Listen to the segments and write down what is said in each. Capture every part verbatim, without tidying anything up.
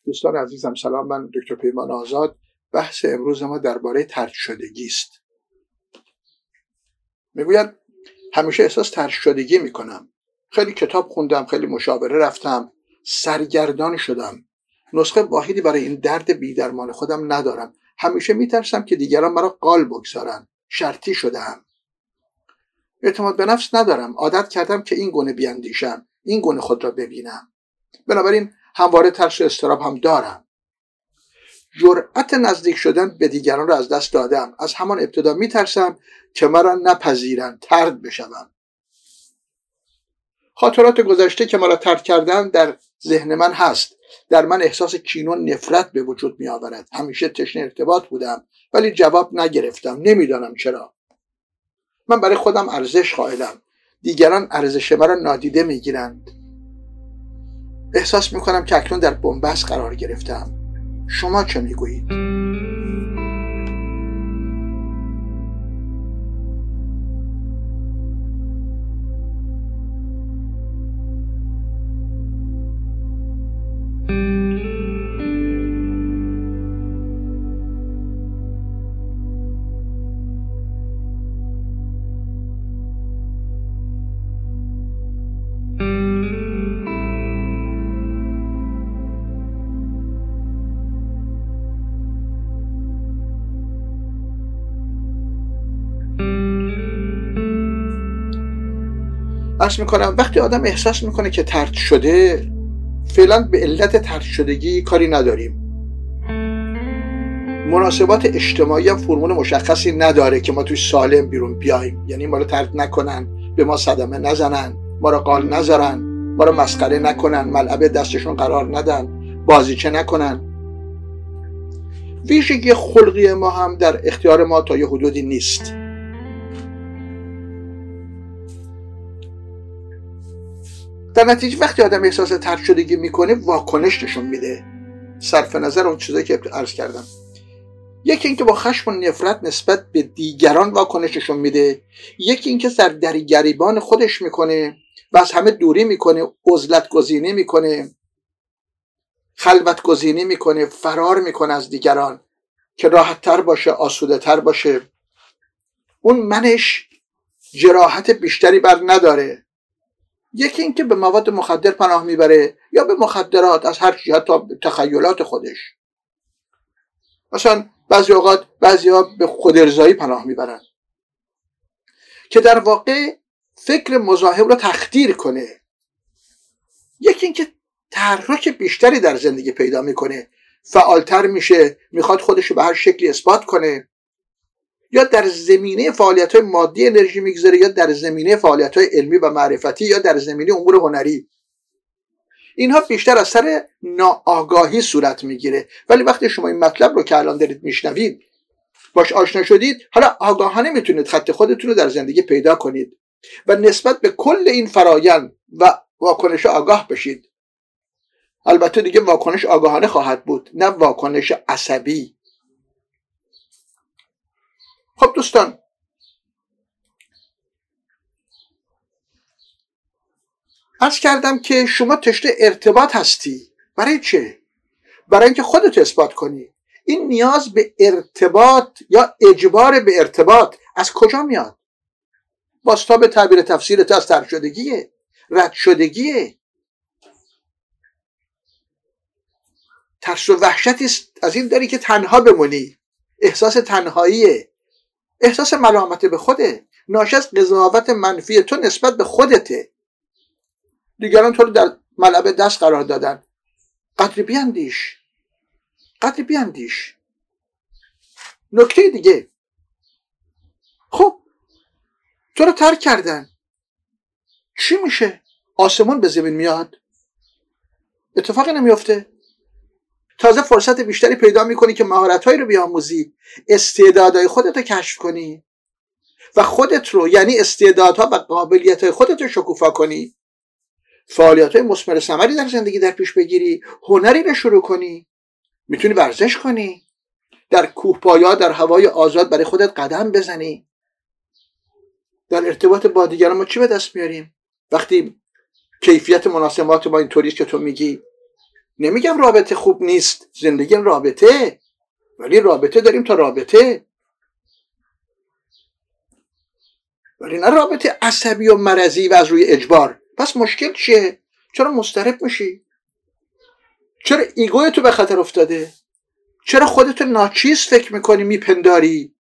دوستان عزیزم سلام، من دکتر پیمان آزاد. بحث امروز ما درباره طرد شدگی است. میگوید همیشه احساس طرد شدگی میکنم. خیلی کتاب خوندم، خیلی مشاوره رفتم، سرگردان شدم. نسخه واحدی برای این درد بی‌درمان خودم ندارم. همیشه میترسم که دیگران مرا قال بگذارن. شرطی شدم. اعتماد به نفس ندارم. عادت کردم که این گونه بیاندیشم، این گونه خود را ببینم. بنابراین همواره ترس و اضطراب هم دارم. جرأت نزدیک شدن به دیگران را از دست دادم. از همان ابتدا میترسم که مرا نپذیرند، طرد بشوم. خاطرات گذشته که مرا طرد کردن در ذهن من هست. در من احساس کینه و نفرت به وجود می آورد. همیشه تشنه ارتباط بودم ولی جواب نگرفتم. نمیدانم چرا. من برای خودم ارزش قائلم. دیگران ارزش مرا نادیده میگیرند. احساس میکنم که اکنون در بن‌بست قرار گرفتم. شما چه میگویید؟ عرض میکنم وقتی آدم احساس میکنه که طرد شده، فعلا به علت طرد شدگی کاری نداریم. مناسبات اجتماعی هم فرمول مشخصی نداره که ما توی سالم بیرون بیایم. یعنی ما رو طرد نکنن، به ما صدمه نزنن، ما رو قال نذارن، ما رو مسخره نکنن، ملعب دستشون قرار ندن، بازیچه نکنن. ویژگی خلقی ما هم در اختیار ما تا یه حدودی نیست. در نتیجه وقتی آدم احساس طرد شدگی میکنه واکنش نشون میده، صرف نظر اون چیزایی که عرض کردم. یکی اینکه با خشم و نفرت نسبت به دیگران واکنش نشون میده، یکی اینکه سردری گریبان خودش میکنه و از همه دوری میکنه، عزلت گزینی میکنه، خلوت گزینی میکنه، فرار میکنه از دیگران که راحت تر باشه، آسوده تر باشه. اون منش جراحت بیشتری بر نداره. یکی اینکه به مواد مخدر پناه میبره یا به مخدرات از هر جهت تا تخیلات خودش. مثلا بعضی اوقات بعضی‌ها به خودارضایی پناه میبرن که در واقع فکر مزاحم رو تخدیر کنه. یکی اینکه تحرک بیشتری در زندگی پیدا میکنه، فعالتر میشه، میخواد خودش رو به هر شکلی اثبات کنه، یا در زمینه فعالیت‌های مادی انرژی میگذاره، یا در زمینه فعالیت‌های علمی و معرفتی، یا در زمینه امور هنری. اینها بیشتر از سر ناآگاهی صورت میگیره. ولی وقتی شما این مطلب رو که الان دارید میشنوید باش آشنا شدید، حالا آگاهانه میتونید خط خودتون رو در زندگی پیدا کنید و نسبت به کل این فرایند و واکنش آگاه بشید. البته دیگه واکنش آگاهانه خواهد بود، نه واکنش عصبی. خب دوستان، عرض کردم که شما تشنه ارتباط هستی. برای چه؟ برای اینکه خودت اثبات کنی. این نیاز به ارتباط یا اجبار به ارتباط از کجا میاد؟ بازتاب تعبیر تفسیرت از طرد شدگیه، رد شدگیه. ترس و وحشتی از این داری که تنها بمونی. احساس تنهاییه، احساس ملامت به خوده، ناشی از قضاوت منفی تو نسبت به خودته. دیگران تو رو در ملعب دست قرار دادن. قدری بیاندیش، قدری بیاندیش. نکته دیگه، خب تو رو ترک کردن، چی میشه؟ آسمون به زمین میاد؟ اتفاقی نمیفته. تازه فرصت بیشتری پیدا میکنی که مهارت‌هایی رو بیاموزی، استعدادهای خودت رو کشف کنی و خودت رو، یعنی استعدادها و قابلیت‌های خودت رو شکوفا کنی، فعالیت‌های مثمر ثمری در زندگی در پیش بگیری، هنری رو شروع کنی، میتونی ورزش کنی، در کوهپایا در هوای آزاد برای خودت قدم بزنی. در ارتباط با دیگران ما چی به دست میاریم وقتی کیفیت مناسبات ما اینطوریه که تو میگی؟ نمیگم رابطه خوب نیست، زندگی رابطه، ولی رابطه داریم تا رابطه، ولی نه رابطه عصبی و مرضی و از روی اجبار. پس مشکل چیه؟ چرا مضطرب میشی؟ چرا ایگوی تو به خطر افتاده؟ چرا خودتو ناچیز فکر میکنی، میپنداری؟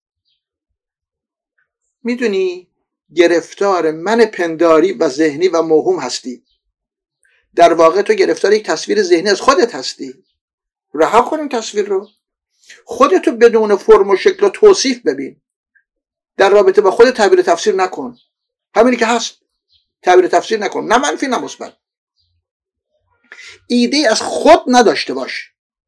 میدونی گرفتار من پنداری و ذهنی و موهوم هستی. در واقع تو گرفتار یک تصویر ذهنی از خودت هستی. رها کن این تصویر رو، خودتو بدون فرم و شکل و توصیف ببین. در رابطه با خودت تعبیر تفسیر نکن، همینی که هست تعبیر تفسیر نکن، نه منفی نه مثبت. ایده از خود نداشته باش.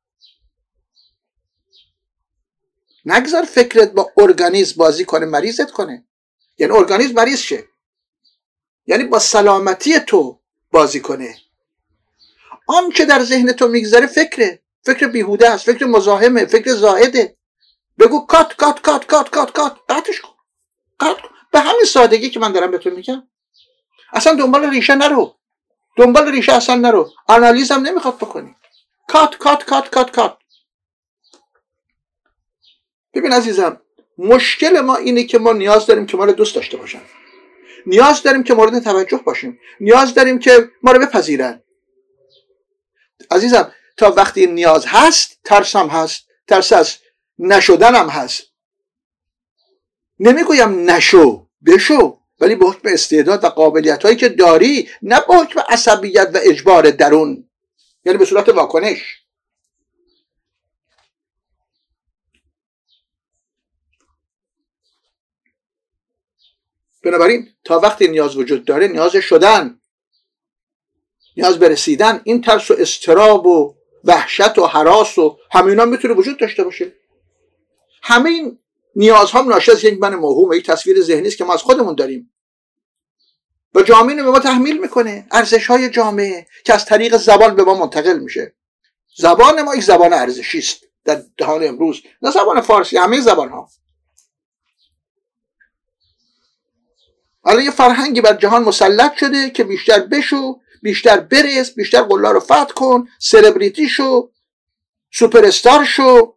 نگذار فکرت با ارگانیسم بازی کنه، مریضت کنه. یعنی ارگانیسم مریض شه، یعنی با سلامتی تو بازی کنه. آن که در ذهن تو میگذره فکره، فکر بیهوده است، فکر مزاحمه، فکر زائده. بگو کات کات کات کات کات کات قطعش کن، قطع کن. به همین سادگی که من دارم به تو میگم. اصلا دنبال ریشه نرو، دنبال ریشه اصلا نرو، آنالیز هم نمیخواد بکنی. کات کات کات کات کات. ببین عزیزم، مشکل ما اینه که ما نیاز داریم که ما رو دوست داشته باشن، نیاز داریم که مورد توجه باشیم، نیاز داریم که ما رو بپذیرن. عزیزم تا وقتی نیاز هست ترس هم هست، ترس از نشدن هم هست. نمیگویم نشو، بشو، ولی با حکم استعداد و قابلیت هایی که داری، نه با حکم عصبیت و اجبار درون، یعنی به صورت واکنش. بنابراین تا وقتی نیاز وجود داره، نیاز شدن، نیاز برسیدن، این ترس و اضطراب و وحشت و هراس و همه اینا میتونه وجود داشته باشه. همه این نیازها ناشی از یک من موهوم، یک تصویر ذهنی است که ما از خودمون داریم و جامعه به ما تحمیل میکنه. ارزش‌های جامعه که از طریق زبان به ما منتقل میشه. زبان ما یک زبان ارزشی است در جهان امروز، نه زبان فارسی، همه زبان‌ها. الان یه فرهنگی بر جهان مسلط شده که بیشتر بشو، بیشتر برس، بیشتر قلا رو فتح کن، سلبریتی شو، سوپر استار شو.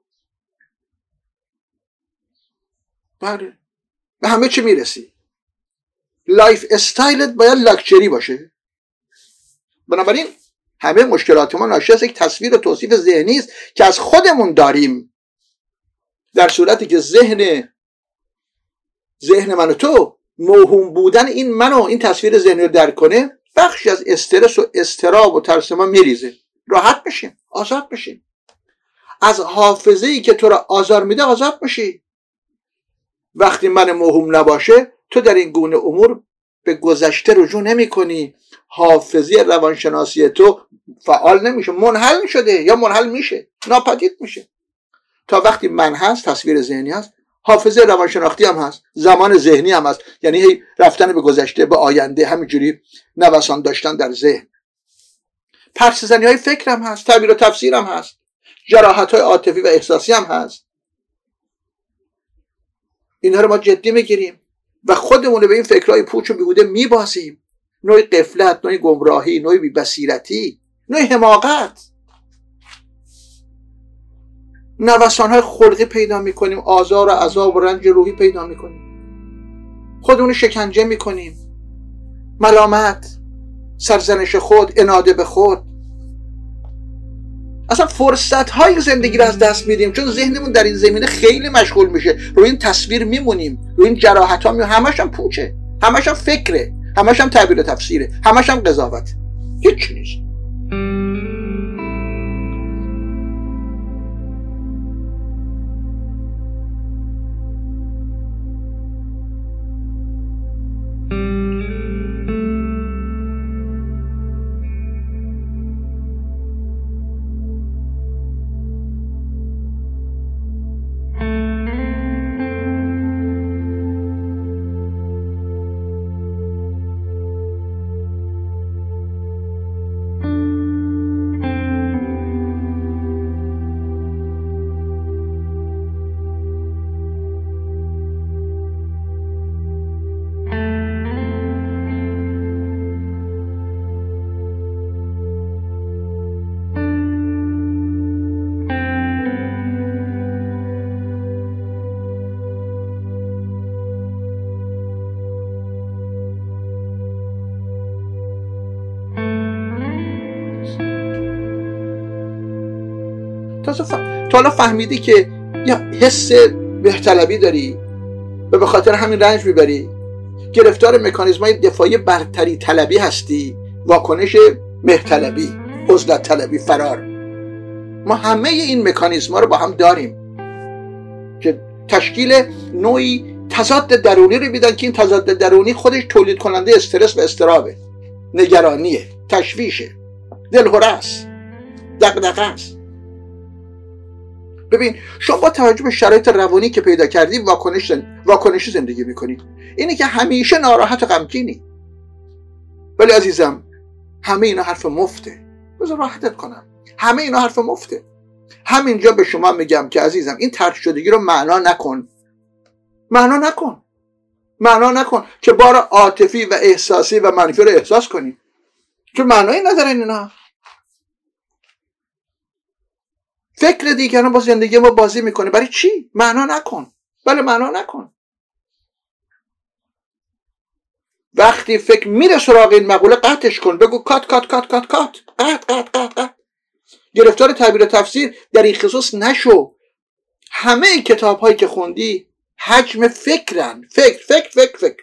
بله، به همه چی میرسی. لایف استایلت باید لاکچری باشه. بنابراین همه مشکلات ما ناشی از یک تصویر و توصیف ذهنی است که از خودمون داریم. در صورتی که ذهن ذهن من و تو موهوم بودن این منو، این تصویر ذهنی رو درک کنه، بخشی از استرس و اضطراب و ترس ما میریزه. راحت بشیم، آزاد بشیم. از حافظه‌ای که تو را آزار میده آزاد میشی. وقتی من موهوم نباشه، تو در این گونه امور به گذشته رجوع نمی کنی. حافظه روانشناسی تو فعال نمیشه، منحل شده یا منحل میشه، ناپدید میشه. تا وقتی من هست، تصویر ذهنی هست، حافظه روانشناختی هم هست، زمان ذهنی هم هست، یعنی هی رفتن به گذشته، به آینده، همینجوری نوسان داشتن در ذهن. پرس زنی های فکر هم هست، تعبیر و تفسیر هم هست، جراحت های عاطفی و احساسی هم هست. اینها رو ما جدی میگیریم و خودمون رو به این فکرهای پوچ و بیهوده میبازیم. نوعی غفلت، نوعی گمراهی، نوعی بی‌بصیرتی، نوعی حماقت. نوسان‌های خلقی پیدا میکنیم، آزار و عذاب و رنج روحی پیدا میکنیم، خودمون شکنجه میکنیم، ملامت، سرزنش خود، اناده به خود. اصلا فرصت‌های زندگی رو از دست میدیم چون ذهنمون در این زمینه خیلی مشغول میشه. روی این تصویر میمونیم، روی این جراحت‌ها میمونیم. همش هم پوچه، همش هم فکره، همش هم تعبیر و تفسیره، همش هم قضاوت. هیچ نیست. تازه ف... تو حالا فهمیدی که یا حس بهطلبی داری و به خاطر همین رنج میبری، گرفتار مکانیزم‌های دفاعی برتری طلبی هستی، واکنش مهرطلبی، عزلت طلبی، فرار. ما همه این مکانیزم‌ها رو با هم داریم که تشکیل نوعی تضاد درونی رو میدن که این تضاد درونی خودش تولید کننده استرس و اضطرابه، نگرانیه، تشویشه، دلهره است، دغدغه است. ببین شما با توجه به شرایط روانی که پیدا کردی واکنش واکنشی زندگی میکنی. اینه که همیشه ناراحت و غمگینی. ولی عزیزم همه اینا حرف مفته. بذار راحتت کنم، همه اینا حرف مفته. همینجا به شما میگم که عزیزم این طرد شدگی رو معنا نکن، معنا نکن معنا نکن که بار عاطفی و احساسی و منفی رو احساس کنی، چون معنایی نداره اینا. فکر دیگران با زندگی ما بازی میکنه. برای چی؟ معنا نکن. بله معنا نکن. وقتی فکر میره سراغ این مقوله قطعش کن. بگو کات کات کات کات کات قط قط قط قط. گرفتار تعبیر و تفسیر در این خصوص نشو. همه این کتاب هایی که خوندی حجم فکرن. فکر فکر فکر فکر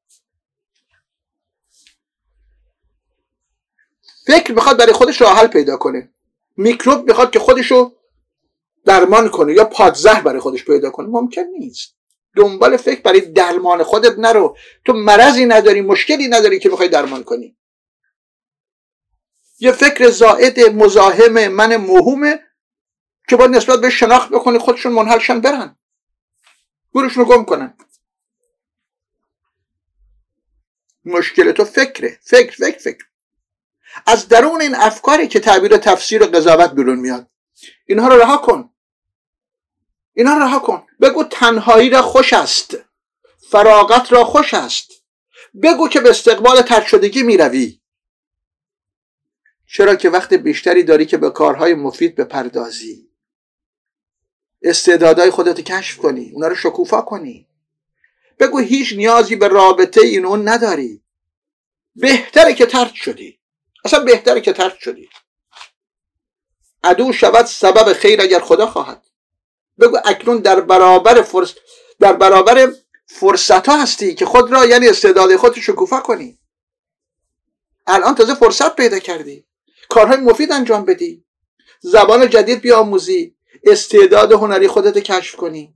فکر میخواد برای خودش راه حل پیدا کنه. میکروب میخواد که خودشو درمان کنه یا پادزهر برای خودش پیدا کنه. ممکن نیست. دنبال فکر برای درمان خودت نرو. تو مرضی نداری، مشکلی نداری که بخوای درمان کنی. یه فکر زائد مزاحم من موهومه که باید نسبت به شناخت بکنی خودشون منحلشن برن، گورشون رو گم کنن. مشکل تو فکره. فکر فکر فکر از درون این افکاری که تعبیر و تفسیر و قضاوت بیرون میاد. اینها رو رها کن. اینها رو رها کن. بگو تنهایی را خوش است، فراغت را خوش است. بگو که به استقبال طرد شدگی می روی. چرا که وقت بیشتری داری که به کارهای مفید بپردازی، استعدادهای خودت کشف کنی، اونا رو شکوفا کنی. بگو هیچ نیازی به رابطه این اون نداری. بهتره که طرد شدی. اصلا بهتره که طرد شدی. عدو شود سبب خیر اگر خدا خواهد. بگو اکنون در برابر فرص... در برابر فرصت ها هستی که خود را یعنی استعداد خودت شکوفا کنی. الان تازه فرصت پیدا کردی کارهای مفید انجام بدی، زبان جدید بیاموزی، استعداد هنری خودت کشف کنی،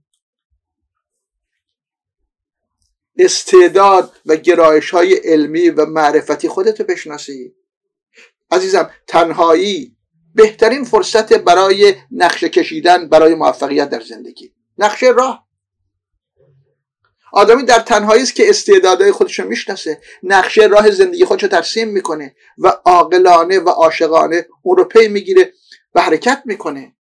استعداد و گرایش های علمی و معرفتی خودت بشناسی. عزیزم تنهایی بهترین فرصت برای نقشه کشیدن برای موفقیت در زندگی. نقشه راه. آدمی در تنهایی است که استعدادهای خودش رو میشناسه، نقشه راه زندگی خودش رو ترسیم میکنه و عاقلانه و عاشقانه اون رو پی میگیره و حرکت میکنه.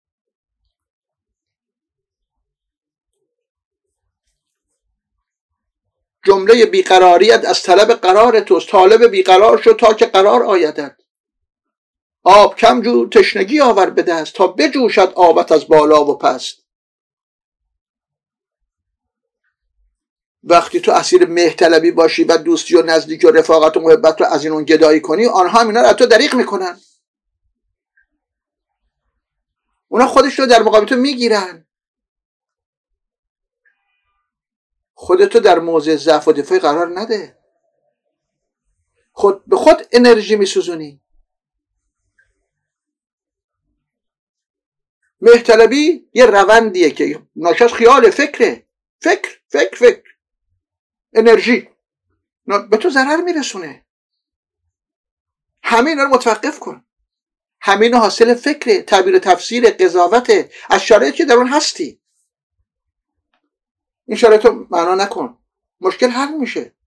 جمله بیقراریت از طلب قرار توست. طالب بیقرار شد تا که قرار آیدت. آب کم جو تشنگی آور به دست، تا بجوشد آبت از بالا و پست. وقتی تو اسیر مهرطلبی باشی و دوستی و نزدیکی و رفاقت و محبت رو از این اون گدایی کنی، آنها هم اینا رو از تو دریغ میکنن. اونا خودش رو در مقابل تو میگیرن. خودتو در موضع ضعف و دفاعی قرار نده. خود به خود انرژی میسوزونی. مهرطلبی یه روندیه که ناشی از خیال فکره. فکر فکر فکر انرژی به تو ضرر میرسونه. همه اینا رو متوقف کن. همه اینا حاصل فکره، تعبیر تفسیر، قضاوت از شرایطی که در اون هستی. این شرایط رو معنا نکن، مشکل حل میشه.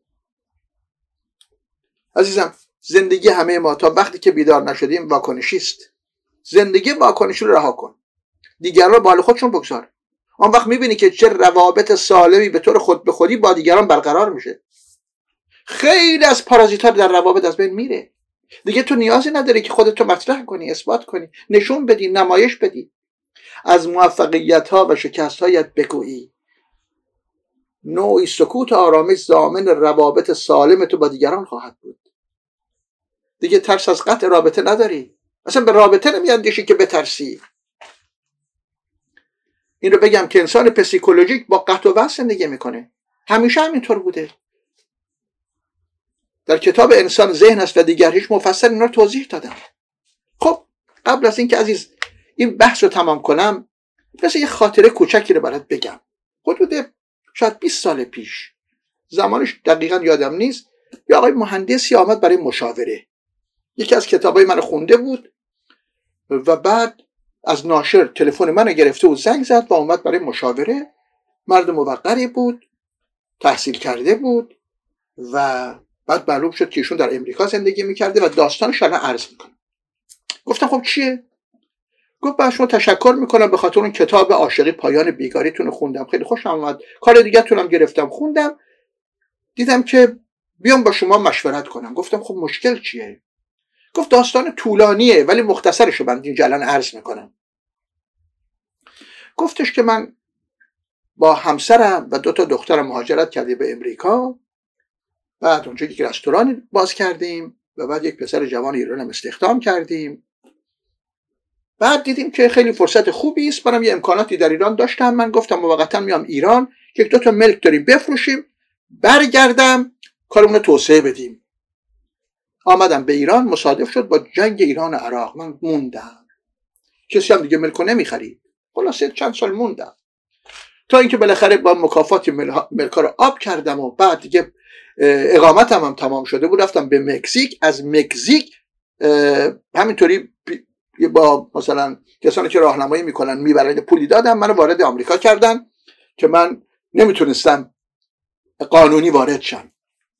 عزیزم زندگی همه ما تا وقتی که بیدار نشدیم واکنشی است. زندگی واکنشی رو رها کن. دیگران رو به حال خودشون بگذار. آن وقت میبینی که چه روابط سالمی به طور خود به خودی با دیگران برقرار میشه. خیلی از پارازیت‌ها در روابط از بین میره. دیگه تو نیازی نداری که خودت رو مطرح کنی، اثبات کنی، نشون بدی، نمایش بدی. از موفقیت‌ها و شکست‌هایت بگویی. نوعی سکوت آرامش ضامن روابط سالم تو با دیگران خواهد بود. دیگه ترس از قطع رابطه نداری. اصلا به رابطه نمیاندیشی که بترسی. این رو بگم که انسان پسیکولوژیک با قطع و وصل زندگی میکنه. همیشه همینطور بوده. در کتاب انسان ذهن است و دیگرش مفصل اینا رو توضیح دادم. خب قبل از اینکه عزیز این بحث رو تمام کنم، بس یه خاطره کوچکی رو برات بگم. حدود شاید بیست سال پیش، زمانش دقیقا یادم نیست، یه آقای مهندسی آمد برای مشاوره. یکی از کتابای منو خونده بود و بعد از ناشر تلفن منو گرفته و زنگ زد و اومد برای مشاوره. مرد موقری بود، تحصیل کرده بود و بعد معلوم شد که ایشون در امریکا زندگی میکرده و داستانش الان عرض میکنه. گفتم خب چیه؟ گفت با شما تشکر میکنم به خاطر اون کتاب عاشقی پایان بیگاریتون رو خوندم، خیلی خوشم اومد، کار دیگه تونم گرفتم خوندم، دیدم که بیام با شما مشورت کنم. گفتم خب مشکل چیه؟ گفت داستان طولانیه ولی مختصرشو من اینجا الان عرض میکنم. گفتش که من با همسرم و دو تا دخترم مهاجرت کردیم به امریکا، بعد اونجا یک رستوران باز کردیم و بعد یک پسر جوان ایرانی هم استخدام کردیم. بعد دیدیم که خیلی فرصت خوبی است، منم یه امکاناتی در ایران داشتم. من گفتم موقتا میام ایران، یک دو تا ملک داریم بفروشیم، برگردم کارمون رو توسعه بدیم. آمدم به ایران، مصادف شد با جنگ ایران و عراق، من موندم، کسی هم دیگه ملکو نمیخرید. خلاصه چند سال موندم تا اینکه بالاخره با مکافات ملکا رو آب کردم و بعد دیگه اقامتم هم تمام شده بود، رفتم به مکزیک. از مکزیک همینطوری با مثلا کسانی که راهنمایی میکنن میبرن پولی دادم، منو وارد آمریکا کردن که من نمیتونستم قانونی وارد شم.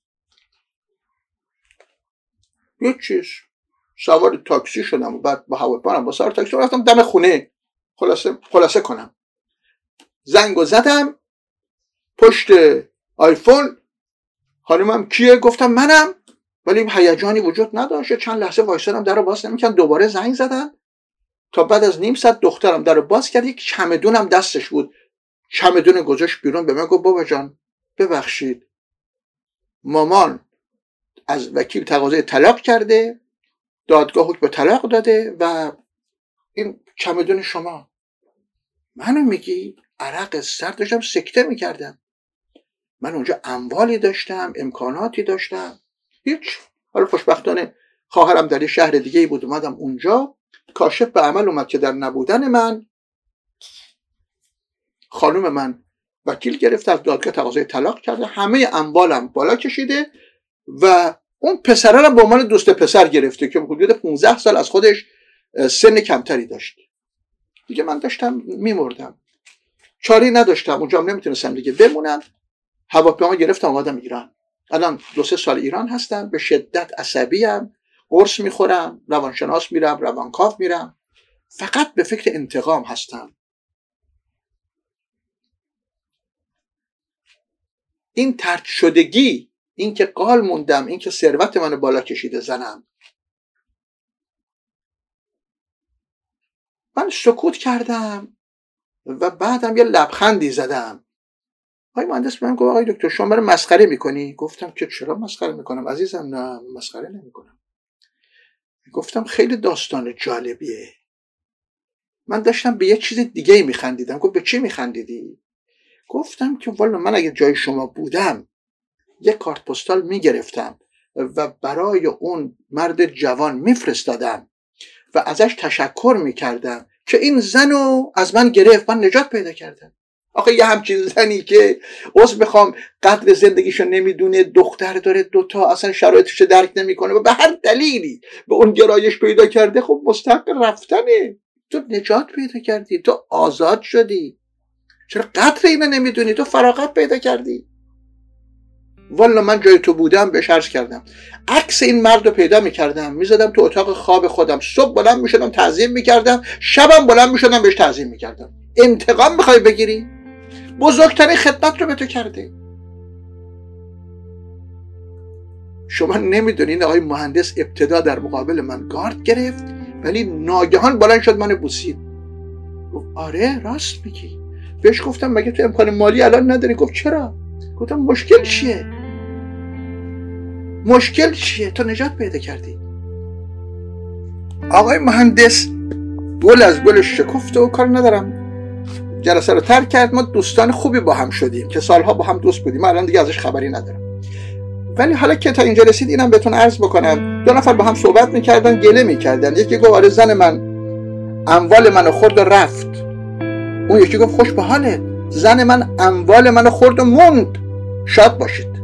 یک چیز سوار تاکسی شدم و بعد با هواپیمم با سوار تاکسی رفتم دم خونه. خلاصه خلاصه کنم، زنگو زدم پشت آیفون، خانمم کیه؟ گفتم منم، ولی هیجانی وجود نداشت. چند لحظه وایسادم، درو باز نمی‌کردن، دوباره زنگ زدن تا بعد از نیم ساعت دخترم درو باز کرد، یک چمدونم دستش بود، چمدون گذاشت بیرون، به من گفت بابا جان ببخشید مامان از وکیل تقاضای طلاق کرده، دادگاه حکم طلاق داده و این چمدون شما. منو میگی؟ عرق سر داشتم سکته میکردم. من اونجا اموالی داشتم، امکاناتی داشتم، هیچ. حالا خوشبختانه خواهرم در یه شهر دیگه ای بود، اومدم اونجا، کاشف به عمل اومد که در نبودن من خانم من وکیل گرفته، از دادگاه تقاضای طلاق کرده، همه اموالم بالا کشیده و اون پسره رو به عنوان دوست پسر گرفته که حدود پانزده سال از خودش سن کمتری داشت. دیگه من داشتم میمردم، چاری نداشتم، اونجا هم نمیتونستم دیگه بمونم. هواپیما گرفتم اومدم ایران. الان دو سه سال ایران هستم، به شدت عصبیم، قرص میخورم، روانشناس میرم، روانکاو میرم، فقط به فکر انتقام هستم. این طرد شدگی، این که قال موندم، این که ثروت منو بالا کشیده زنم، من سکوت کردم و بعدم یه لبخندی زدم. آقای مهندس من گفت آقای دکتر شما منو مسخره میکنی؟ گفتم که چرا مسخره میکنم عزیزم؟ نه مسخره نمیکنم. گفتم خیلی داستان جالبیه. من داشتم به یه چیز دیگه میخندیدم. گفت به چی میخندیدی؟ گفتم که والا من اگه جای شما بودم یه کارت پستال میگرفتم و برای اون مرد جوان میفرستادم و ازش تشکر میکردم که این زنو از من گرفت، من نجات پیدا کردم. آخه یه همچین زنی که عذر بخوام قدر زندگیشو نمیدونه، دختر داره دوتا، اصلا شرایطش درک نمیکنه و به هر دلیلی به اون گرایش پیدا کرده، خب مستحق رفتنه. تو نجات پیدا کردی، تو آزاد شدی، چرا قدر اینو نمیدونی؟ تو فراغت پیدا کردی. والا من جای تو بودم بهش عرض کردم، عکس این مرد رو پیدا میکردم میزدم تو اتاق خواب خودم، صبح بلند میشدم تعظیم میکردم، شبم بلند میشدم بهش تعظیم میکردم. انتقام میخوای بگیری؟ بزرگترین خدمت رو به تو کرده. شما نمیدونین آقای مهندس ابتدا در مقابل من گارد گرفت ولی ناگهان بلند شد منو بوسید. گفت آره راست میگی. بهش گفتم مگه تو امکان مالی الان نداری؟ گفت چرا؟ گفتم مشکل چیه؟ مشکل چیه؟ تو نجات پیدا کردی. آقای مهندس گل از گل شکفت و کار ندارم جلسه رو ترک کرد. ما دوستان خوبی با هم شدیم که سالها با هم دوست بودیم. من الان دیگه ازش خبری ندارم. ولی حالا که تا اینجا رسید اینم بهتون عرض بکنم، دو نفر با هم صحبت میکردن، گله میکردن. یکی گفت آره زن من اموال منو خورد و رفت. اون یکی گفت خوش به حالت، زن من اموال منو خورد و موند، شاد باشید.